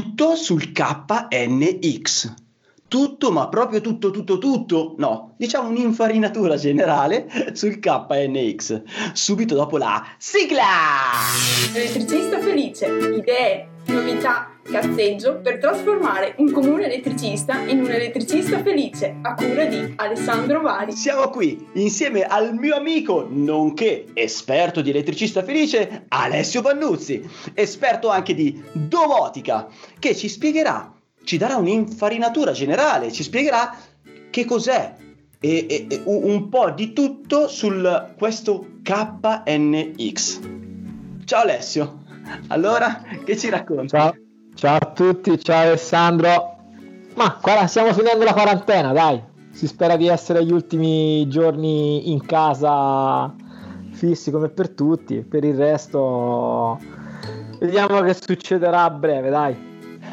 tutto sul KNX. Tutto, ma proprio tutto, no, diciamo un'infarinatura generale sul KNX, subito dopo la sigla! Elettricista felice, idee, novità, cazzeggio per trasformare un comune elettricista in un elettricista felice, a cura di Alessandro Vari. Siamo qui insieme al mio amico, nonché esperto di elettricista felice, Alessio Vannuzzi, esperto anche di domotica, che ci darà un'infarinatura generale, ci spiegherà che cos'è e un po' di tutto su questo KNX. Ciao Alessio, allora che ci racconti? Ciao a tutti, ciao Alessandro. Ma guarda, stiamo finendo la quarantena, dai. Si spera di essere gli ultimi giorni in casa fissi come per tutti. Per il resto vediamo che succederà a breve, dai.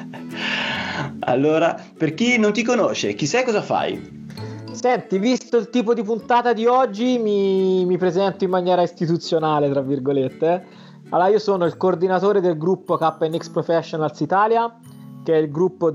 Allora, per chi non ti conosce, chi sei, cosa fai? Senti, visto il tipo di puntata di oggi, mi presento in maniera istituzionale, tra virgolette. Allora, io sono il coordinatore del gruppo KNX Professionals Italia, che è il gruppo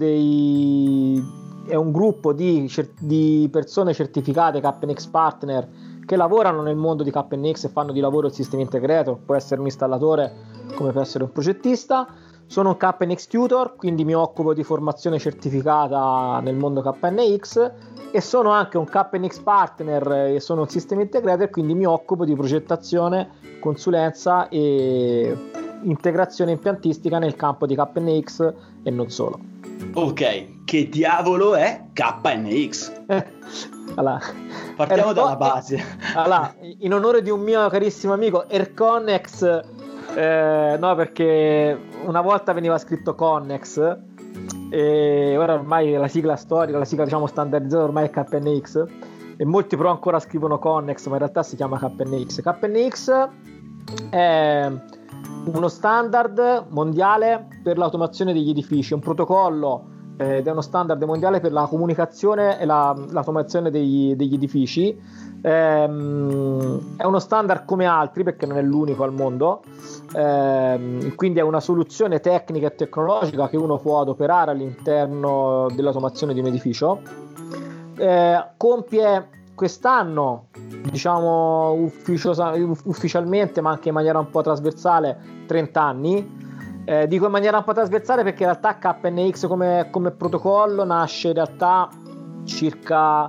è un gruppo di persone certificate KNX Partner che lavorano nel mondo di KNX e fanno di lavoro il sistema integrato. Può essere un installatore come può essere un progettista. Sono un KNX Tutor, quindi mi occupo di formazione certificata nel mondo KNX, e sono anche un KNX Partner e sono un System Integrator, quindi mi occupo di progettazione, consulenza e integrazione impiantistica nel campo di KNX e non solo. Ok, che diavolo è KNX? Allora, partiamo dalla base. Allora, in onore di un mio carissimo amico, Erconnex. No, perché una volta veniva scritto Connex e ora ormai la sigla storica, la sigla diciamo standardizzata ormai è KNX, e molti però ancora scrivono Connex, ma in realtà si chiama KNX. KNX è uno standard mondiale per l'automazione degli edifici, un protocollo ed è uno standard mondiale per la comunicazione e l'automazione degli edifici. È uno standard come altri perché non è l'unico al mondo, quindi è una soluzione tecnica e tecnologica che uno può adoperare all'interno dell'automazione di un edificio. Compie quest'anno, diciamo ufficialmente, ma anche in maniera un po' trasversale, 30 anni. Dico in maniera un po' trasversale perché in realtà KNX come protocollo nasce in realtà circa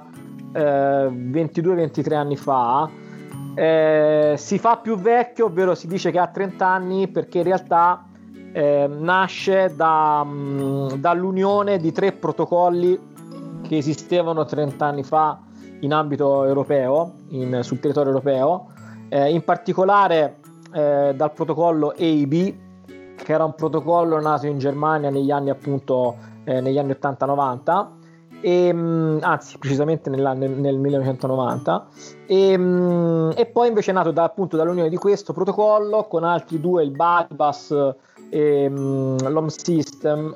22-23 anni fa. Si fa più vecchio, ovvero si dice che ha 30 anni perché in realtà nasce dall'unione di 3 protocolli che esistevano 30 anni fa in ambito europeo, sul territorio europeo, in particolare dal protocollo EIB, che era un protocollo nato in Germania negli anni 80-90, anzi precisamente nel 1990, e poi invece è nato appunto dall'unione di questo protocollo con altri 2, il Badbus e l'Home System,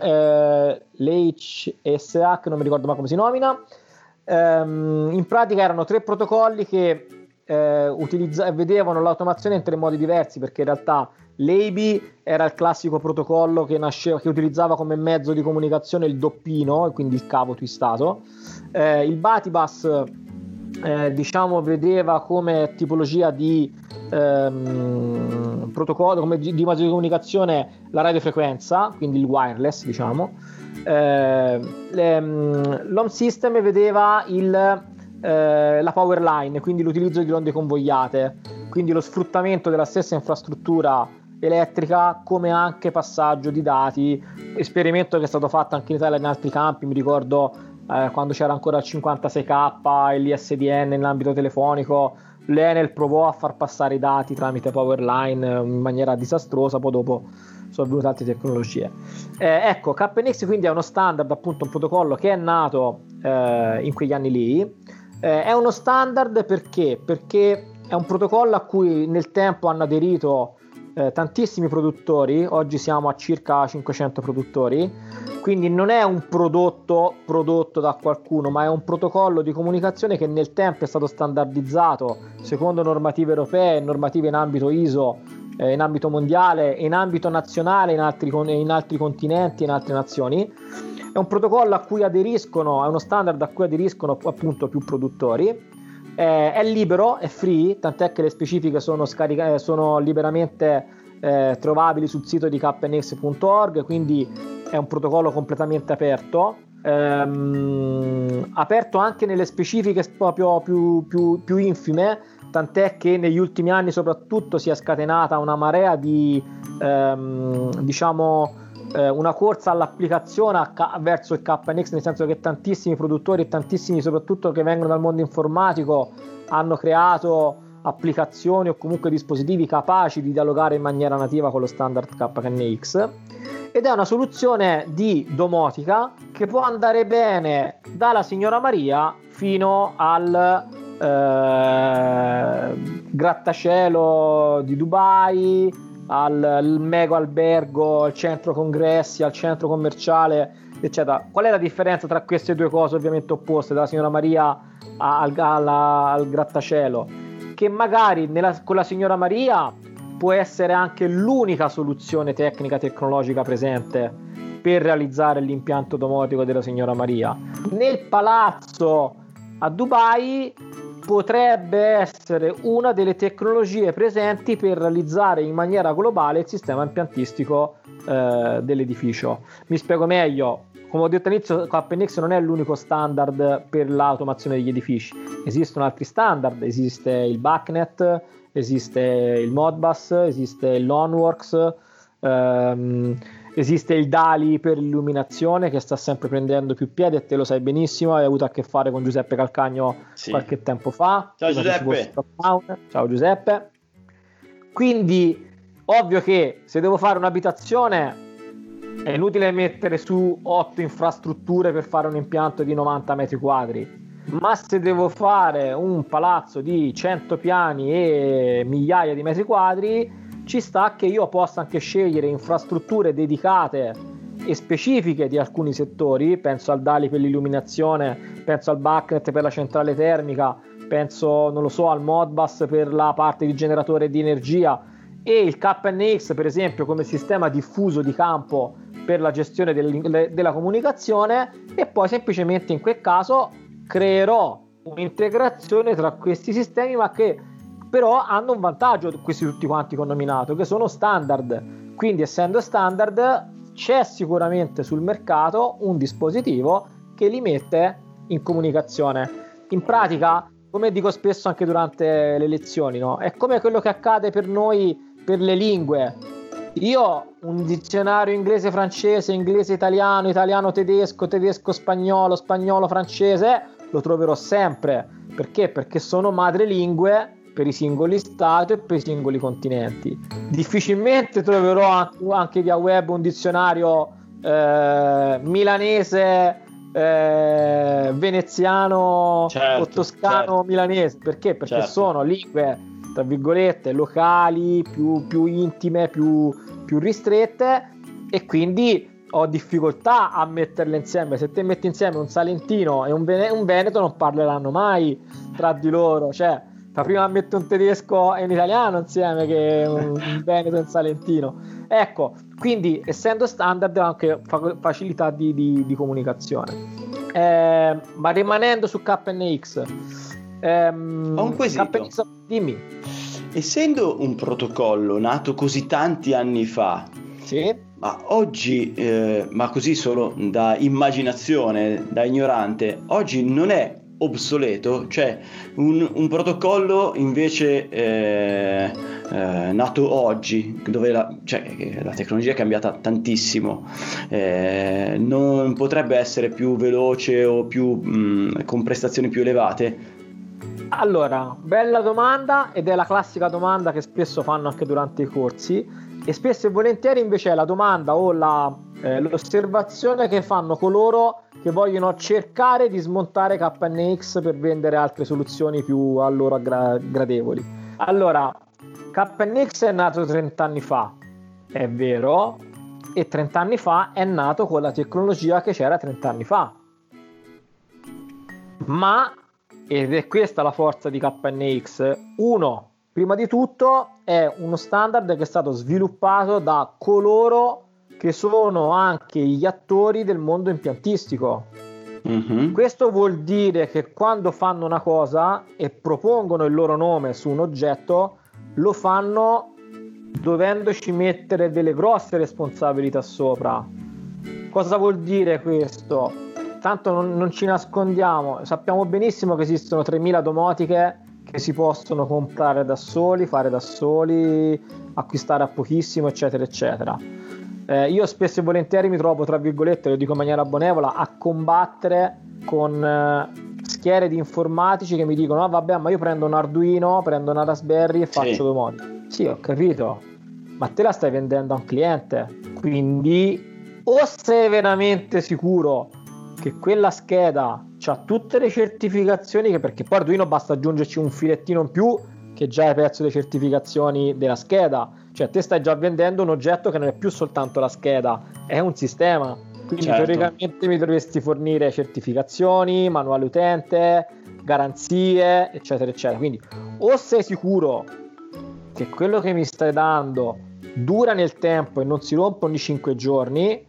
l'HSA, che non mi ricordo mai come si nomina. In pratica erano 3 protocolli che vedevano l'automazione in 3 modi diversi, perché in realtà l'EIB era il classico protocollo che utilizzava come mezzo di comunicazione il doppino, quindi il cavo twistato. Il Batibus diciamo vedeva come tipologia di protocollo, come di mezzo di comunicazione, la radiofrequenza, quindi il wireless, diciamo. L'Home System vedeva la power line, quindi l'utilizzo di onde convogliate, quindi lo sfruttamento della stessa infrastruttura elettrica come anche passaggio di dati, esperimento che è stato fatto anche in Italia in altri campi. Mi ricordo quando c'era ancora il 56K e l'ISDN nell'ambito telefonico, l'Enel provò a far passare i dati tramite power line in maniera disastrosa, poi dopo sono venute altre tecnologie. Ecco, KNX quindi è uno standard, appunto un protocollo che è nato in quegli anni lì. È uno standard perché è un protocollo a cui nel tempo hanno aderito tantissimi produttori. Oggi siamo a circa 500 produttori, quindi non è un prodotto da qualcuno, ma è un protocollo di comunicazione che nel tempo è stato standardizzato secondo normative europee e normative in ambito ISO in ambito mondiale, in ambito nazionale, in altri continenti, in altre nazioni. È un protocollo a cui aderiscono, è uno standard a cui aderiscono appunto più produttori. È libero, è free, tant'è che le specifiche sono liberamente trovabili sul sito di kpnx.org, quindi è un protocollo completamente aperto, aperto anche nelle specifiche proprio più infime, tant'è che negli ultimi anni soprattutto si è scatenata una marea di una corsa all'applicazione verso il KNX, nel senso che tantissimi produttori e tantissimi soprattutto che vengono dal mondo informatico hanno creato applicazioni o comunque dispositivi capaci di dialogare in maniera nativa con lo standard KNX, ed è una soluzione di domotica che può andare bene dalla signora Maria fino al grattacielo di Dubai, al mega albergo, al centro congressi, al centro commerciale, eccetera. Qual è la differenza tra queste due cose ovviamente opposte, dalla signora Maria al grattacielo? Che magari con la signora Maria può essere anche l'unica soluzione tecnologica presente per realizzare l'impianto domotico della signora Maria. Nel palazzo a Dubai potrebbe essere una delle tecnologie presenti per realizzare in maniera globale il sistema impiantistico dell'edificio. Mi spiego meglio. Come ho detto all'inizio, KNX non è l'unico standard per l'automazione degli edifici. Esistono altri standard, esiste il BACnet, esiste il Modbus, esiste il Loanworks, esiste il DALI per l'illuminazione che sta sempre prendendo più piede, e te lo sai benissimo, hai avuto a che fare con Giuseppe Calcagno qualche tempo fa. Ciao Giuseppe. Ciao Giuseppe. Quindi ovvio che se devo fare un'abitazione è inutile mettere su 8 infrastrutture per fare un impianto di 90 metri quadri, ma se devo fare un palazzo di 100 piani e migliaia di metri quadri, ci sta che io possa anche scegliere infrastrutture dedicate e specifiche di alcuni settori. Penso al DALI per l'illuminazione, penso al BACnet per la centrale termica, penso, non lo so, al Modbus per la parte di generatore di energia, e il KNX per esempio come sistema diffuso di campo per la gestione della comunicazione, e poi semplicemente in quel caso creerò un'integrazione tra questi sistemi, ma che però hanno un vantaggio, questi tutti quanti che ho nominato, che sono standard. Quindi essendo standard c'è sicuramente sul mercato un dispositivo che li mette in comunicazione. In pratica, come dico spesso anche durante le lezioni, no? È come quello che accade per noi per le lingue. Io un dizionario inglese-francese, inglese-italiano, italiano-tedesco, tedesco-spagnolo, spagnolo-francese lo troverò sempre. Perché? Perché sono madrelingue per i singoli stati e per i singoli continenti. Difficilmente troverò anche via web un dizionario milanese, veneziano, o toscano milanese. Perché? Perché sono lingue tra virgolette locali, più intime, più ristrette, e quindi ho difficoltà a metterle insieme. Se te metti insieme un salentino e un veneto non parleranno mai tra di loro, cioè prima metto un tedesco e un italiano insieme che un veneto e un salentino. Ecco, quindi essendo standard ho anche facilità di comunicazione. Ma rimanendo su KNX, ho un quesito. KNX, dimmi. Essendo un protocollo nato così tanti anni fa, sì, ma oggi, ma così solo da immaginazione, da ignorante, oggi non è obsoleto? Cioè un protocollo invece nato oggi, dove la tecnologia è cambiata tantissimo, non potrebbe essere più veloce o con prestazioni più elevate? Allora, bella domanda, ed è la classica domanda che spesso fanno anche durante i corsi, e spesso e volentieri invece è la domanda o l'osservazione che fanno coloro che vogliono cercare di smontare KNX per vendere altre soluzioni più a loro gradevoli. Allora, KNX è nato 30 anni fa, è vero, e 30 anni fa è nato con la tecnologia che c'era 30 anni fa. Ma, ed è questa la forza di KNX, prima di tutto è uno standard che è stato sviluppato da coloro che sono anche gli attori del mondo impiantistico. Questo vuol dire che quando fanno una cosa e propongono il loro nome su un oggetto, lo fanno dovendoci mettere delle grosse responsabilità sopra. Cosa vuol dire questo? Tanto non ci nascondiamo, sappiamo benissimo che esistono 3000 domotiche che si possono comprare da soli, fare da soli, acquistare a pochissimo, eccetera eccetera. Io spesso e volentieri mi trovo, tra virgolette, lo dico in maniera benevola, a combattere con schiere di informatici che mi dicono: ah, vabbè, ma io prendo un Arduino, prendo una Raspberry e faccio domotica. Sì, ho capito, ma te la stai vendendo a un cliente, quindi o sei veramente sicuro che quella scheda c'ha tutte le certificazioni, perché poi Arduino basta aggiungerci un filettino in più che già è pezzo delle certificazioni della scheda, cioè te stai già vendendo un oggetto che non è più soltanto la scheda, è un sistema, quindi teoricamente mi dovresti fornire certificazioni, manuale utente, garanzie, eccetera eccetera. Quindi o sei sicuro che quello che mi stai dando dura nel tempo e non si rompe ogni 5 giorni,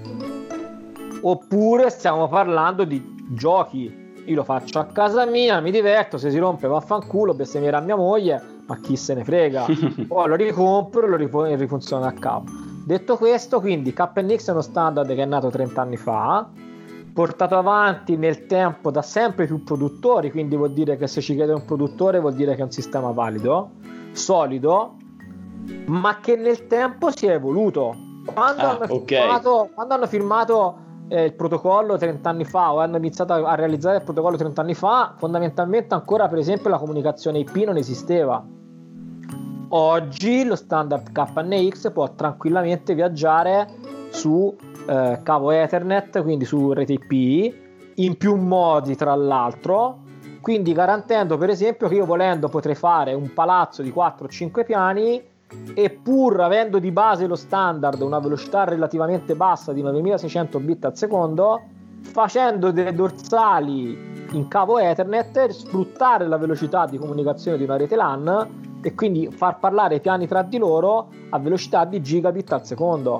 oppure stiamo parlando di giochi. Io lo faccio a casa mia, mi diverto, se si rompe vaffanculo, bestemmierà mia moglie, ma chi se ne frega. Poi lo ricompro e rifunziona a capo. Detto questo, quindi KNX è uno standard che è nato 30 anni fa, portato avanti nel tempo da sempre più produttori, quindi vuol dire che se ci chiede un produttore vuol dire che è un sistema valido, solido, ma che nel tempo si è evoluto. Quando hanno firmato il protocollo 30 anni fa, o hanno iniziato a realizzare il protocollo 30 anni fa, fondamentalmente ancora, per esempio, la comunicazione IP non esisteva. Oggi lo standard KNX può tranquillamente viaggiare su cavo Ethernet, quindi su rete IP, in più modi tra l'altro, quindi garantendo, per esempio, che io volendo potrei fare un palazzo di 4-5 piani e pur avendo di base lo standard una velocità relativamente bassa di 9600 bit al secondo, facendo delle dorsali in cavo Ethernet, sfruttare la velocità di comunicazione di una rete LAN e quindi far parlare i piani tra di loro a velocità di gigabit al secondo.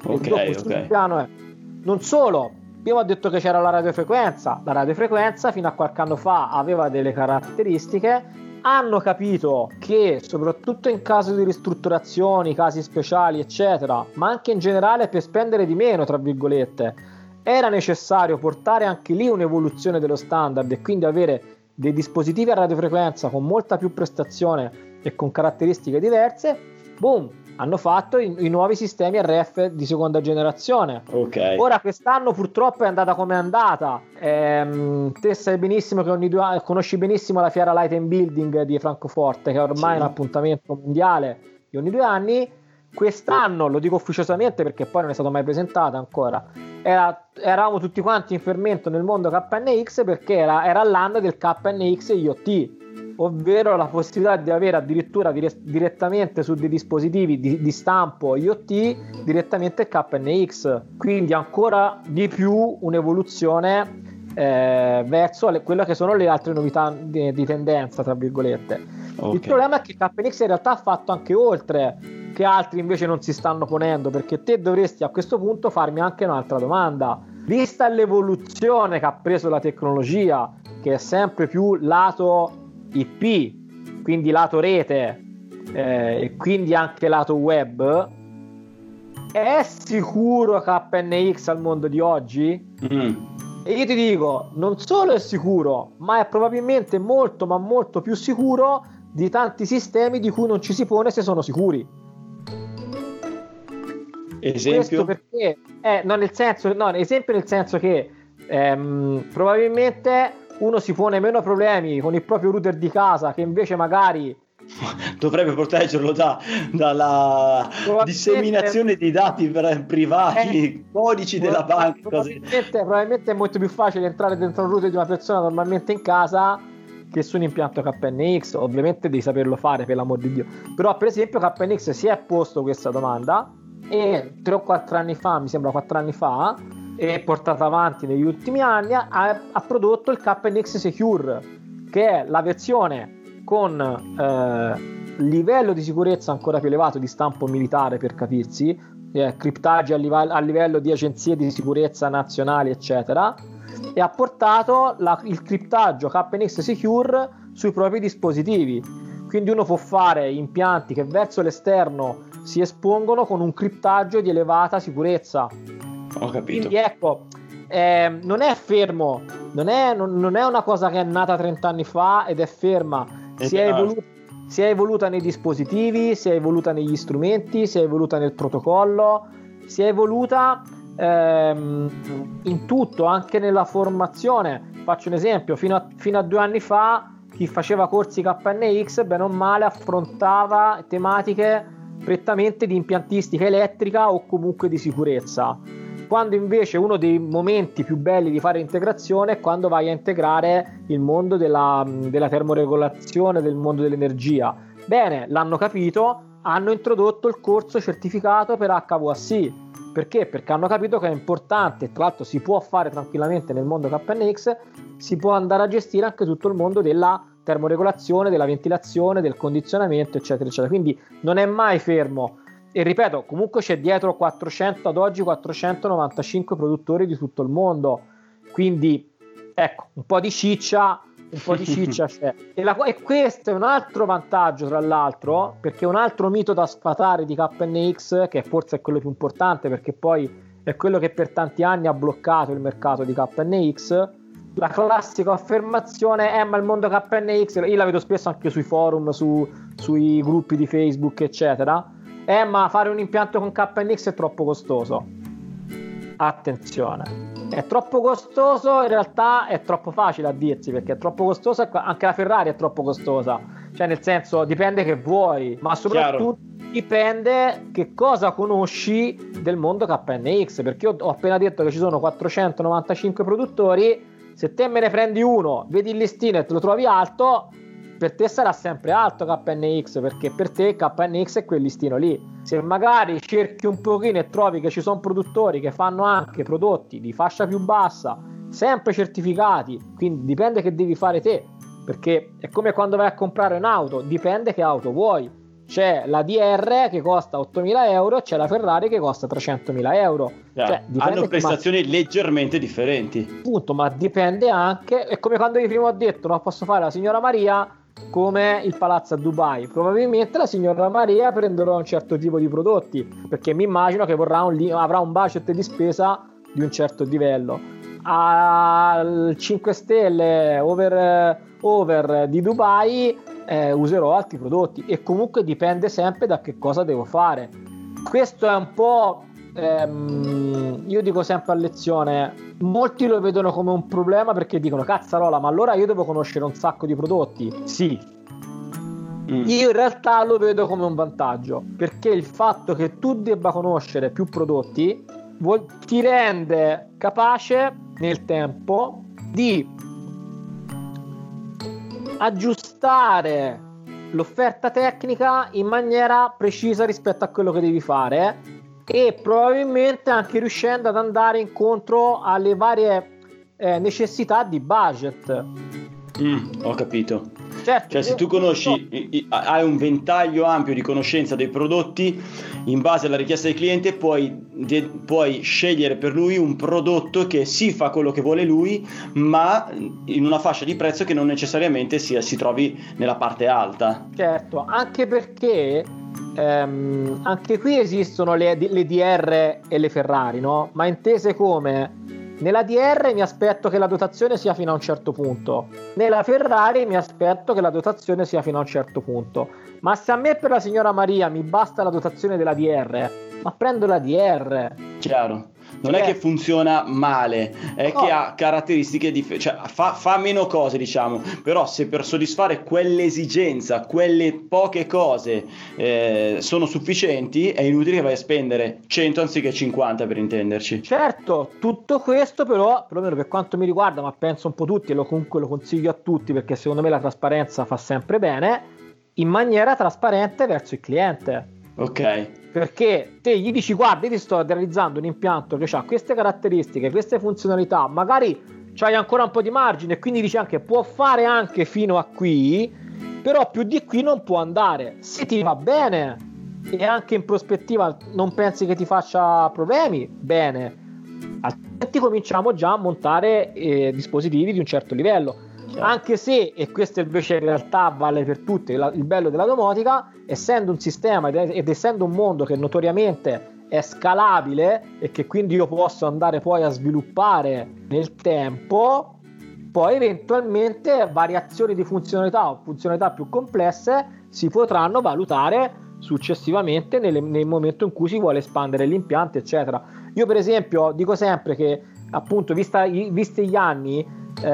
Il piano è non solo, prima ho detto che c'era la radiofrequenza fino a qualche anno fa aveva delle caratteristiche. Hanno capito che soprattutto in caso di ristrutturazioni, casi speciali eccetera, ma anche in generale per spendere di meno tra virgolette, era necessario portare anche lì un'evoluzione dello standard e quindi avere dei dispositivi a radiofrequenza con molta più prestazione e con caratteristiche diverse. Boom, hanno fatto i nuovi sistemi RF di seconda generazione. Ora quest'anno purtroppo è andata come è andata. Te sai benissimo che ogni 2 anni conosci benissimo la fiera Light and Building di Francoforte, che ormai è un appuntamento mondiale di ogni 2 anni. Quest'anno, lo dico ufficiosamente perché poi non è stata mai presentata ancora, eravamo tutti quanti in fermento nel mondo KNX perché era l'anno del KNX IoT, ovvero la possibilità di avere addirittura direttamente su dei dispositivi di stampo IoT direttamente il KNX, quindi ancora di più un'evoluzione verso quelle che sono le altre novità di tendenza tra virgolette. Il problema è che KNX in realtà ha fatto anche oltre, che altri invece non si stanno ponendo, perché te dovresti a questo punto farmi anche un'altra domanda: vista l'evoluzione che ha preso la tecnologia, che è sempre più lato IP, quindi lato rete, e quindi anche lato web, è sicuro KNX al mondo di oggi? E io ti dico, non solo è sicuro, ma è probabilmente molto ma molto più sicuro di tanti sistemi di cui non ci si pone se sono sicuri. Esempio? Questo perché esempio nel senso che probabilmente uno si pone meno problemi con il proprio router di casa, che invece magari dovrebbe proteggerlo dalla disseminazione di dati privati, codici della banca. Probabilmente è molto più facile entrare dentro il router di una persona normalmente in casa che su un impianto KNX. Ovviamente devi saperlo fare, per l'amor di Dio. Però per esempio KNX si è posto questa domanda e 3 o 4 anni fa, mi sembra 4 anni fa, e portata avanti negli ultimi anni, ha prodotto il KNX Secure, che è la versione con livello di sicurezza ancora più elevato di stampo militare, per capirsi, criptaggi a livello di agenzie di sicurezza nazionali eccetera, e ha portato il criptaggio KNX Secure sui propri dispositivi, quindi uno può fare impianti che verso l'esterno si espongono con un criptaggio di elevata sicurezza. Ho capito. Quindi ecco, non è fermo, non è una cosa che è nata 30 anni fa ed è ferma, si è evoluta nei dispositivi, si è evoluta negli strumenti, si è evoluta nel protocollo, si è evoluta in tutto, anche nella formazione. Faccio un esempio: fino a 2 anni fa chi faceva corsi KNX bene o male affrontava tematiche prettamente di impiantistica elettrica o comunque di sicurezza, quando invece uno dei momenti più belli di fare integrazione è quando vai a integrare il mondo della termoregolazione, del mondo dell'energia. Bene, l'hanno capito, hanno introdotto il corso certificato per HVAC. Perché? Perché hanno capito che è importante, tra l'altro si può fare tranquillamente nel mondo KNX, si può andare a gestire anche tutto il mondo della termoregolazione, della ventilazione, del condizionamento, eccetera, eccetera. Quindi non è mai fermo. E ripeto, comunque c'è dietro 400 ad oggi 495 produttori di tutto il mondo, quindi ecco, un po' di ciccia c'è. E questo è un altro vantaggio, tra l'altro, perché un altro mito da sfatare di KNX, che forse è quello più importante perché poi è quello che per tanti anni ha bloccato il mercato di KNX, la classica affermazione ma il mondo KNX, io la vedo spesso anche sui forum, sui gruppi di Facebook eccetera, ma fare un impianto con KNX è troppo costoso. Attenzione, è troppo costoso, in realtà è troppo facile a dirsi, perché è troppo costoso, anche la Ferrari è troppo costosa, cioè nel senso dipende che vuoi, ma soprattutto dipende che cosa conosci del mondo KNX, perché io ho appena detto che ci sono 495 produttori, se te me ne prendi uno, vedi il listino e te lo trovi alto, per te sarà sempre alto KNX, perché per te KNX è quel listino lì. Se magari cerchi un pochino e trovi che ci sono produttori che fanno anche prodotti di fascia più bassa, sempre certificati, quindi dipende che devi fare te, perché è come quando vai a comprare un'auto, dipende che auto vuoi. C'è la DR che costa 8.000 euro, c'è la Ferrari che costa 300.000 euro. Cioè, hanno prestazioni leggermente differenti. Appunto, ma dipende anche, è come quando io prima ho detto, no, posso fare la signora Maria come il palazzo a Dubai. Probabilmente la signora Maria prenderà un certo tipo di prodotti, perché mi immagino che avrà un budget di spesa di un certo livello. Al 5 stelle over di Dubai userò altri prodotti, e comunque dipende sempre da che cosa devo fare. Questo è un po' io dico sempre a lezione, molti lo vedono come un problema perché dicono cazzarola, ma allora io devo conoscere un sacco di prodotti. Sì, io in realtà lo vedo come un vantaggio, perché il fatto che tu debba conoscere più prodotti ti rende capace nel tempo di aggiustare l'offerta tecnica in maniera precisa rispetto a quello che devi fare, e probabilmente anche riuscendo ad andare incontro alle varie necessità di budget. Ho capito. Certo, cioè se tu conosci, hai un ventaglio ampio di conoscenza dei prodotti, in base alla richiesta del cliente puoi scegliere per lui un prodotto che si fa quello che vuole lui, ma in una fascia di prezzo che non necessariamente si trovi nella parte alta. Certo, anche perché anche qui esistono le DR e le Ferrari, no? Ma intese come: nella DR mi aspetto che la dotazione sia fino a un certo punto, nella Ferrari mi aspetto che la dotazione sia fino a un certo punto. Ma se a me per la signora Maria mi basta la dotazione della DR, ma prendo la DR. Chiaro. Non è che funziona male, è che ha caratteristiche cioè fa meno cose, diciamo, però se per soddisfare quell'esigenza, quelle poche cose sono sufficienti, è inutile che vai a spendere 100 anziché 50, per intenderci. Certo, tutto questo però, perlomeno per quanto mi riguarda, ma penso un po' tutti, e comunque lo consiglio a tutti, perché secondo me la trasparenza fa sempre bene, in maniera trasparente verso il cliente. Ok. Perché te gli dici: guarda, io ti sto realizzando un impianto che ha queste caratteristiche, queste funzionalità, magari c'hai ancora un po' di margine, quindi dici anche può fare anche fino a qui, però più di qui non può andare. Se ti va bene e anche in prospettiva non pensi che ti faccia problemi, bene, altrimenti cominciamo già a montare dispositivi di un certo livello. Anche se, e questo invece in realtà vale per tutti, il bello della domotica, essendo un sistema ed essendo un mondo che notoriamente è scalabile e che quindi io posso andare poi a sviluppare nel tempo, poi eventualmente variazioni di funzionalità o funzionalità più complesse si potranno valutare successivamente nel momento in cui si vuole espandere l'impianto, eccetera. Io per esempio dico sempre che, appunto, visti gli anni,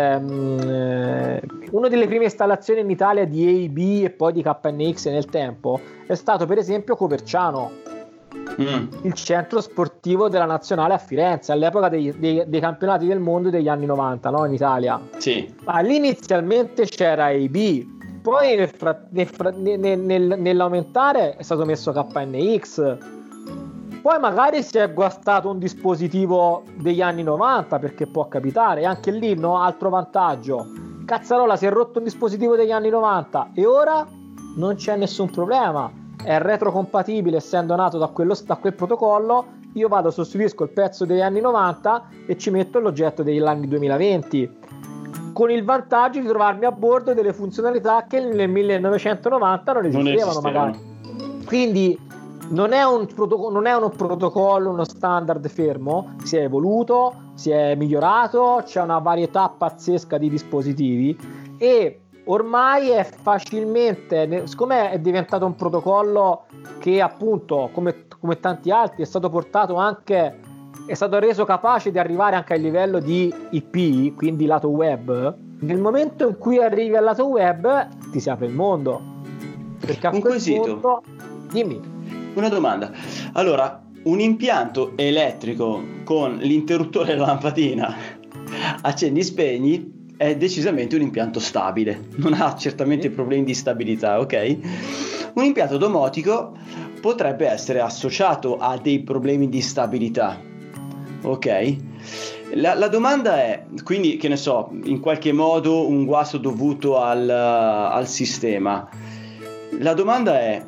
una delle prime installazioni in Italia di AEB e poi di KNX nel tempo è stato per esempio Coverciano, il centro sportivo della nazionale a Firenze all'epoca dei campionati del mondo degli anni 90, no? In Italia. Sì. Ma lì inizialmente c'era AEB, poi nell'aumentare è stato messo KNX, poi magari si è guastato un dispositivo degli anni 90, perché può capitare, e anche lì, no, altro vantaggio, cazzarola, si è rotto un dispositivo degli anni 90 e ora non c'è nessun problema, è retrocompatibile, essendo nato da quel protocollo, io vado, sostituisco il pezzo degli anni 90 e ci metto l'oggetto degli anni 2020, con il vantaggio di trovarmi a bordo delle funzionalità che nel 1990 non esistevano. Magari. Quindi non è un protocollo, uno standard fermo, si è evoluto, si è migliorato, c'è una varietà pazzesca di dispositivi e ormai è facilmente, siccome è diventato un protocollo che appunto come tanti altri è stato portato anche, è stato reso capace di arrivare anche al livello di IP, quindi lato web. Nel momento in cui arrivi al lato web ti si apre il mondo, perché a quel punto, dimmi. Una domanda. Allora, un impianto elettrico con l'interruttore e la lampadina accendi spegni è decisamente un impianto stabile, non ha certamente problemi di stabilità, ok? Un impianto domotico potrebbe essere associato a dei problemi di stabilità, ok? La domanda è, quindi, che ne so, in qualche modo un guasto dovuto al sistema. La domanda è,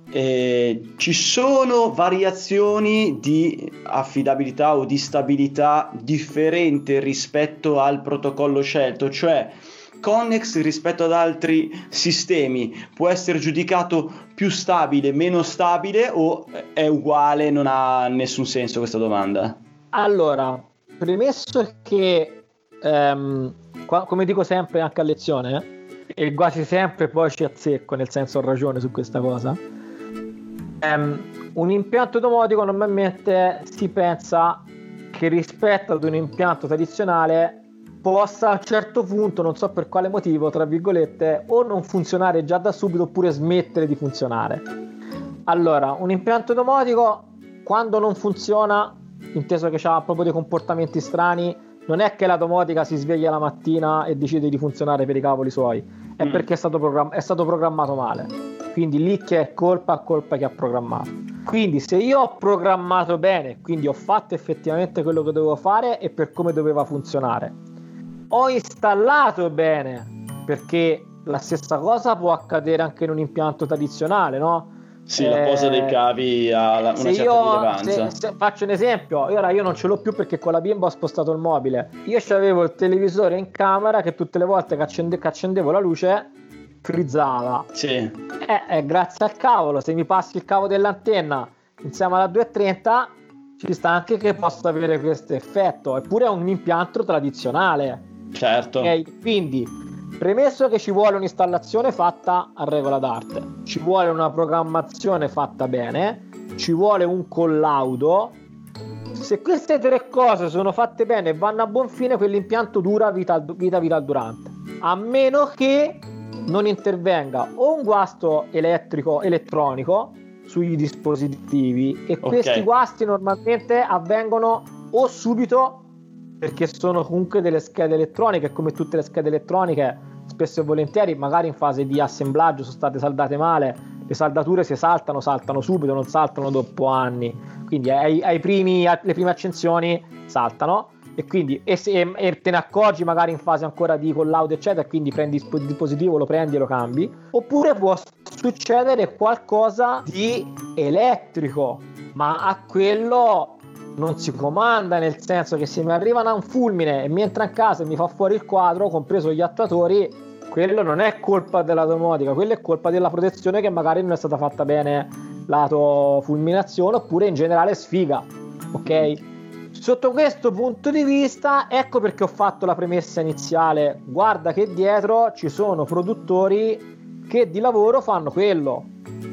ci sono variazioni di affidabilità o di stabilità differente rispetto al protocollo scelto? Cioè, Connex rispetto ad altri sistemi può essere giudicato più stabile, meno stabile, o è uguale? Non ha nessun senso questa domanda. Allora, premesso che come dico sempre anche a lezione, e quasi sempre poi ci azzecco, nel senso ho ragione su questa cosa, un impianto domotico normalmente si pensa che rispetto ad un impianto tradizionale possa a un certo punto, non so per quale motivo, tra virgolette, o non funzionare già da subito oppure smettere di funzionare. Allora, un impianto domotico quando non funziona, inteso che ha proprio dei comportamenti strani, non è che la domotica si sveglia la mattina e decide di funzionare per i cavoli suoi, è perché è stato programmato male. Quindi lì che è colpa che ha programmato. Quindi se io ho programmato bene, quindi ho fatto effettivamente quello che dovevo fare e per come doveva funzionare, ho installato bene, perché la stessa cosa può accadere anche in un impianto tradizionale, no? Sì, la posa dei cavi ha una certa rilevanza. Se faccio un esempio, ora io non ce l'ho più perché con la bimba ho spostato il mobile. Io c'avevo il televisore in camera che tutte le volte che accendevo la luce frizzava. Sì. Grazie al cavolo, se mi passi il cavo dell'antenna insieme alla 230 ci sta anche che possa avere questo effetto, eppure è un impianto tradizionale. Certo. Okay? Quindi, premesso che ci vuole un'installazione fatta a regola d'arte, ci vuole una programmazione fatta bene, ci vuole un collaudo. Se queste tre cose sono fatte bene e vanno a buon fine, quell'impianto dura vita durante, a meno che non intervenga o un guasto elettronico sui dispositivi, e questi guasti normalmente avvengono o subito, perché sono comunque delle schede elettroniche, come tutte le schede elettroniche spesso e volentieri magari in fase di assemblaggio sono state saldate male, le saldature si saltano subito, non saltano dopo anni, quindi le prime accensioni saltano, e quindi e te ne accorgi magari in fase ancora di collaudo eccetera, quindi prendi il dispositivo, lo prendi e lo cambi. Oppure può succedere qualcosa di elettrico, ma a quello non si comanda, nel senso che se mi arriva un fulmine e mi entra in casa e mi fa fuori il quadro, compreso gli attuatori, quello non è colpa della domotica, quello è colpa della protezione che magari non è stata fatta bene lato fulminazione, oppure in generale sfiga, ok? Sotto questo punto di vista, ecco perché ho fatto la premessa iniziale: guarda che dietro ci sono produttori che di lavoro fanno quello,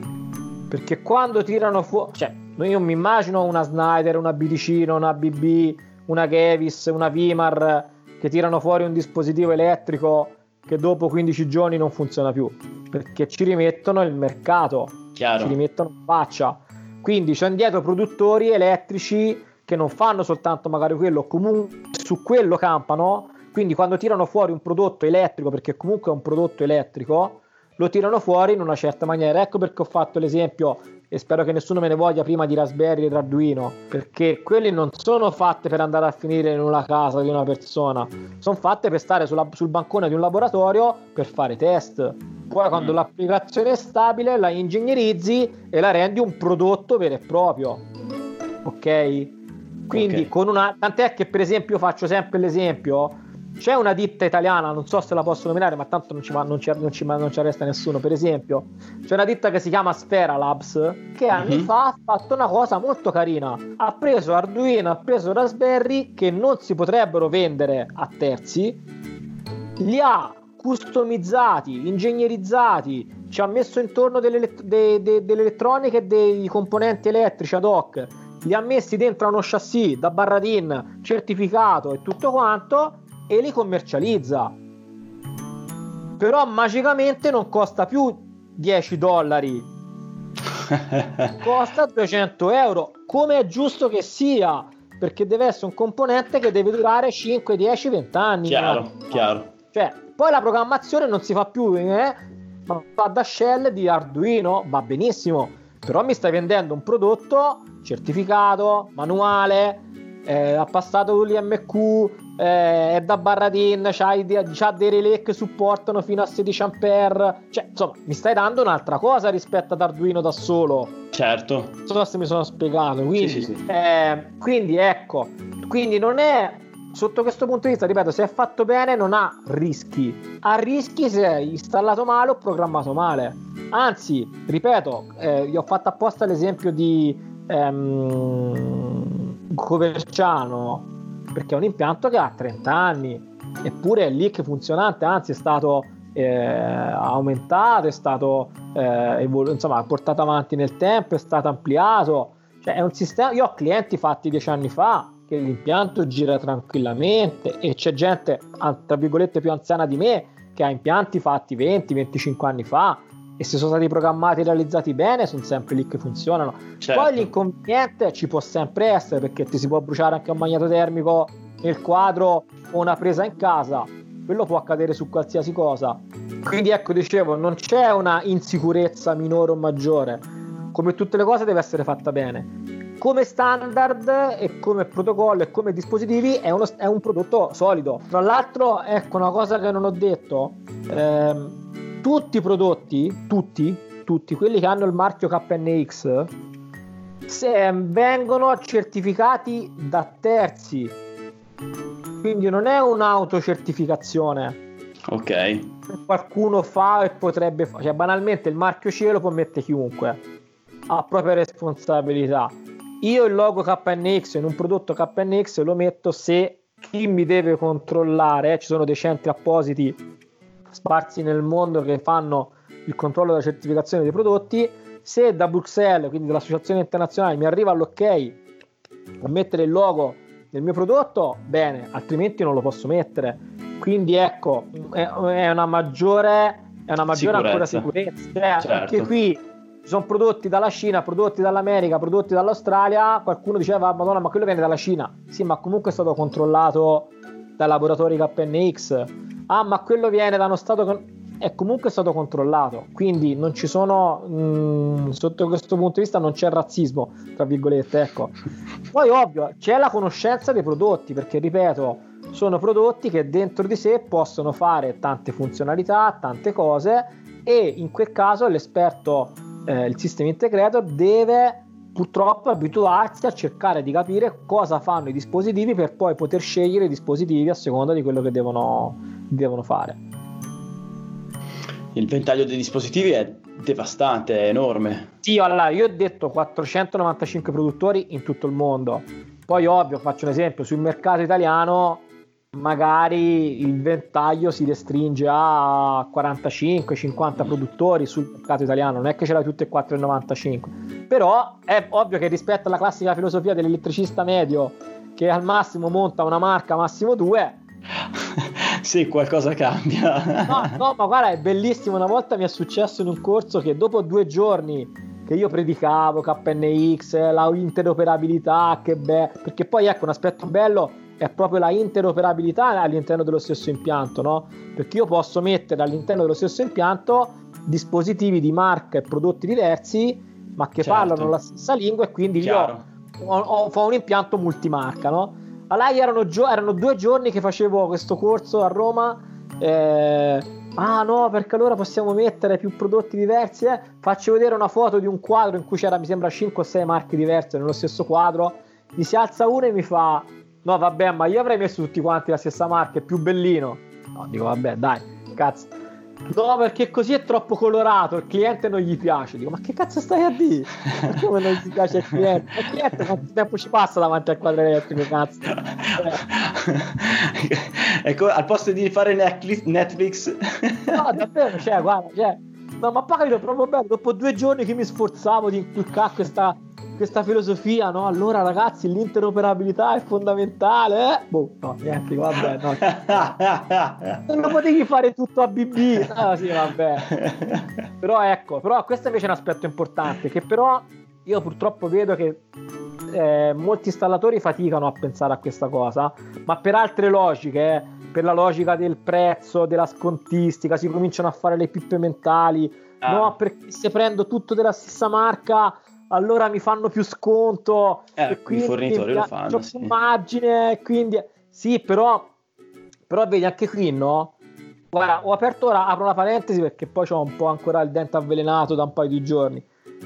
perché quando tirano fuori, cioè io mi immagino una Snyder, una BTC, una BB, una Gavis, una Vimar che tirano fuori un dispositivo elettrico che dopo 15 giorni non funziona più, perché ci rimettono il mercato. Chiaro. Ci rimettono in faccia. Quindi c'è dietro produttori elettrici che non fanno soltanto magari quello, comunque su quello campano. Quindi quando tirano fuori un prodotto elettrico, perché comunque è un prodotto elettrico, lo tirano fuori in una certa maniera. Ecco perché ho fatto l'esempio, e spero che nessuno me ne voglia prima, di Raspberry e Arduino, perché quelli non sono fatte per andare a finire in una casa di una persona, sono fatte per stare sul bancone di un laboratorio per fare test. Poi quando l'applicazione è stabile la ingegnerizzi e la rendi un prodotto vero e proprio, ok? Quindi con una, tant'è che per esempio faccio sempre l'esempio, c'è una ditta italiana, non so se la posso nominare, ma tanto non ci arresta nessuno. Per esempio, c'è una ditta che si chiama Sfera Labs, che anni fa ha fatto una cosa molto carina. Ha preso Arduino, ha preso Raspberry, che non si potrebbero vendere a terzi, li ha customizzati, ingegnerizzati, ci ha messo intorno delle elettroniche e dei componenti elettrici ad hoc, li ha messi dentro a uno chassis da barra DIN certificato e tutto quanto, e li commercializza. Però magicamente non costa più $10, costa 200 euro, come è giusto che sia, perché deve essere un componente che deve durare 5, 10, 20 anni. Chiaro. Cioè, poi la programmazione non si fa più, ma fa da shell di Arduino, va benissimo, però mi stai vendendo un prodotto certificato, manuale, ha passato l'IMQ, è da barra DIN, c'ha dei relè che supportano fino a 16 ampere, cioè insomma mi stai dando un'altra cosa rispetto ad Arduino da solo. Certo. Non so se mi sono spiegato, quindi, sì. Quindi ecco, quindi non è, sotto questo punto di vista, ripeto, se è fatto bene non ha rischi, ha rischi se è installato male o programmato male. Anzi, ripeto, io ho fatto apposta l'esempio di Coverciano, perché è un impianto che ha 30 anni, eppure è lì che è funzionante, anzi è stato aumentato, è stato insomma portato avanti nel tempo, è stato ampliato, cioè è un sistema. Io ho clienti fatti 10 anni fa che l'impianto gira tranquillamente, e c'è gente tra virgolette più anziana di me che ha impianti fatti 20-25 anni fa, e se sono stati programmati e realizzati bene sono sempre lì che funzionano. Certo. Poi l'inconveniente ci può sempre essere, perché ti si può bruciare anche un magnetotermico nel quadro o una presa in casa, quello può accadere su qualsiasi cosa. Quindi ecco, dicevo, non c'è una insicurezza minore o maggiore, come tutte le cose deve essere fatta bene. Come standard e come protocollo e come dispositivi è un prodotto solido. Tra l'altro, ecco una cosa che non ho detto, tutti i prodotti, tutti quelli che hanno il marchio KNX, se vengono certificati da terzi, quindi non è un'autocertificazione. Ok. Qualcuno fa e potrebbe fare, cioè banalmente il marchio CE lo può mettere chiunque a propria responsabilità. Io il logo KNX in un prodotto KNX lo metto se chi mi deve controllare, ci sono dei centri appositi sparsi nel mondo che fanno il controllo della certificazione dei prodotti, se da Bruxelles, quindi dall'associazione internazionale, mi arriva l'ok a mettere il logo del mio prodotto, bene, altrimenti non lo posso mettere. Quindi ecco, è una maggiore ancora sicurezza, certo. Anche qui ci sono prodotti dalla Cina, prodotti dall'America, prodotti dall'Australia. Qualcuno diceva madonna, ma quello viene dalla Cina. Sì, ma comunque è stato controllato dai laboratori KNX. Ah, ma quello viene da uno stato che... è comunque stato controllato, quindi non ci sono sotto questo punto di vista non c'è razzismo, tra virgolette, ecco. Poi ovvio c'è la conoscenza dei prodotti, perché ripeto, sono prodotti che dentro di sé possono fare tante funzionalità, tante cose, e in quel caso l'esperto, il system integrator, deve purtroppo abituarsi a cercare di capire cosa fanno i dispositivi per poi poter scegliere i dispositivi a seconda di quello che devono fare. Il ventaglio dei dispositivi è devastante, è enorme. Sì, allora, io ho detto 495 produttori in tutto il mondo. Poi ovvio, faccio un esempio, sul mercato italiano magari il ventaglio si restringe a 45-50 produttori sul mercato italiano, non è che ce l'hai tutte e 495. Però è ovvio che rispetto alla classica filosofia dell'elettricista medio che al massimo monta una marca, massimo 2, sì, qualcosa cambia. no, ma guarda, è bellissimo. Una volta mi è successo in un corso che dopo 2 giorni che io predicavo KNX, la interoperabilità, perché poi ecco, un aspetto bello è proprio la interoperabilità all'interno dello stesso impianto, no? Perché io posso mettere all'interno dello stesso impianto dispositivi di marca e prodotti diversi, ma che parlano la stessa lingua, e quindi io ho un impianto multimarca, no? Allora erano 2 giorni che facevo questo corso a Roma. No, perché allora possiamo mettere più prodotti diversi. Faccio vedere una foto di un quadro in cui c'era, mi sembra, 5 o 6 marche diverse nello stesso quadro. Mi si alza uno e mi fa: no vabbè, ma io avrei messo tutti quanti la stessa marca, è più bellino. No, dico vabbè, dai, cazzo. No, perché così è troppo colorato, il cliente non gli piace. Dico, ma che cazzo stai a dire? Come non gli piace il cliente? Il cliente quanto tempo ci passa davanti al quadro elettrico, cazzo? Ecco, al posto di fare Netflix. No, davvero, guarda, no, ma poi capito proprio bello, dopo 2 giorni che mi sforzavo di inculcare questa filosofia, no? Allora ragazzi, l'interoperabilità è fondamentale, no, niente, vabbè, no. Non lo potevi fare tutto a BB. Ah, sì, vabbè. Però questo invece è un aspetto importante, che però io purtroppo vedo che molti installatori faticano a pensare a questa cosa, ma per altre logiche, per la logica del prezzo, della scontistica, si cominciano a fare le pippe mentali, no? Perché se prendo tutto della stessa marca allora mi fanno più sconto, e quindi i fornitori lo fanno, sì. Immagine, quindi sì, però vedi anche qui, no? Guarda, ho aperto ora, apro una parentesi perché poi c'ho un po' ancora il dente avvelenato da un paio di giorni.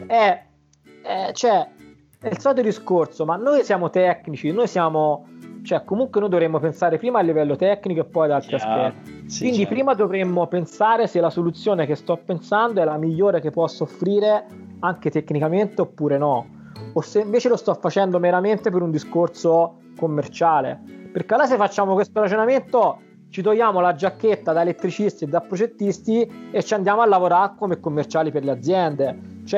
Cioè, è il solito discorso, ma noi siamo tecnici, comunque noi dovremmo pensare prima a livello tecnico e poi ad altri aspetti. Sì, quindi prima dovremmo pensare se la soluzione che sto pensando è la migliore che posso offrire anche tecnicamente oppure no, o se invece lo sto facendo meramente per un discorso commerciale. Perché allora, se facciamo questo ragionamento, ci togliamo la giacchetta da elettricisti e da progettisti e ci andiamo a lavorare come commerciali per le aziende.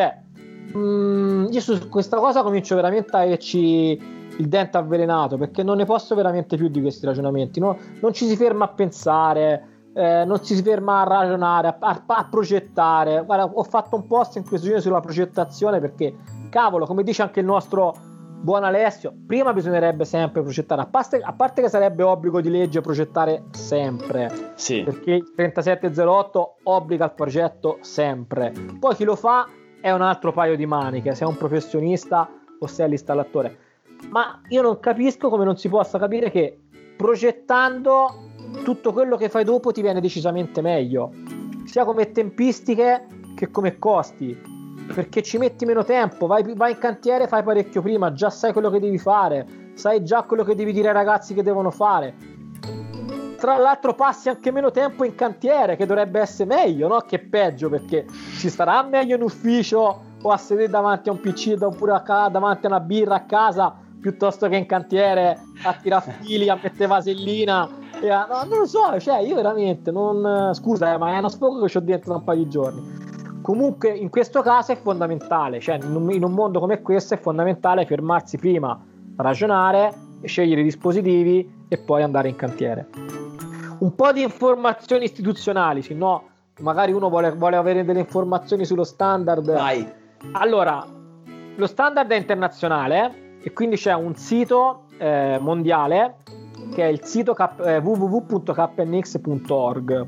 Io su questa cosa comincio veramente a averci il dente avvelenato, perché non ne posso veramente più di questi ragionamenti, no? Non ci si ferma a pensare, non ci si ferma a ragionare, a progettare. Guarda, ho fatto un post in questo giorno sulla progettazione, perché cavolo, come dice anche il nostro buon Alessio, prima bisognerebbe sempre progettare, a parte che sarebbe obbligo di legge progettare sempre, sì, perché il 3708 obbliga al progetto sempre. Poi chi lo fa è un altro paio di maniche, se è un professionista o se è l'installatore. Ma io non capisco come non si possa capire che progettando tutto quello che fai dopo ti viene decisamente meglio, sia come tempistiche che come costi, perché ci metti meno tempo, vai in cantiere, fai parecchio prima, già sai quello che devi fare, sai già quello che devi dire ai ragazzi che devono fare. Tra l'altro passi anche meno tempo in cantiere, che dovrebbe essere meglio, no? Che peggio, perché si starà meglio in ufficio o a sedere davanti a un PC oppure davanti a una birra a casa, piuttosto che in cantiere a tirare fili, a mettere vasellina no, non lo so, io veramente scusa, ma è uno sfogo che c'ho dentro da un paio di giorni. Comunque in questo caso è fondamentale, in un mondo come questo è fondamentale fermarsi prima, ragionare, scegliere i dispositivi e poi andare in cantiere. Un po' di informazioni istituzionali, se no magari uno vuole avere delle informazioni sullo standard. Vai. Allora, lo standard è internazionale e quindi c'è un sito mondiale che è il sito www.knx.org.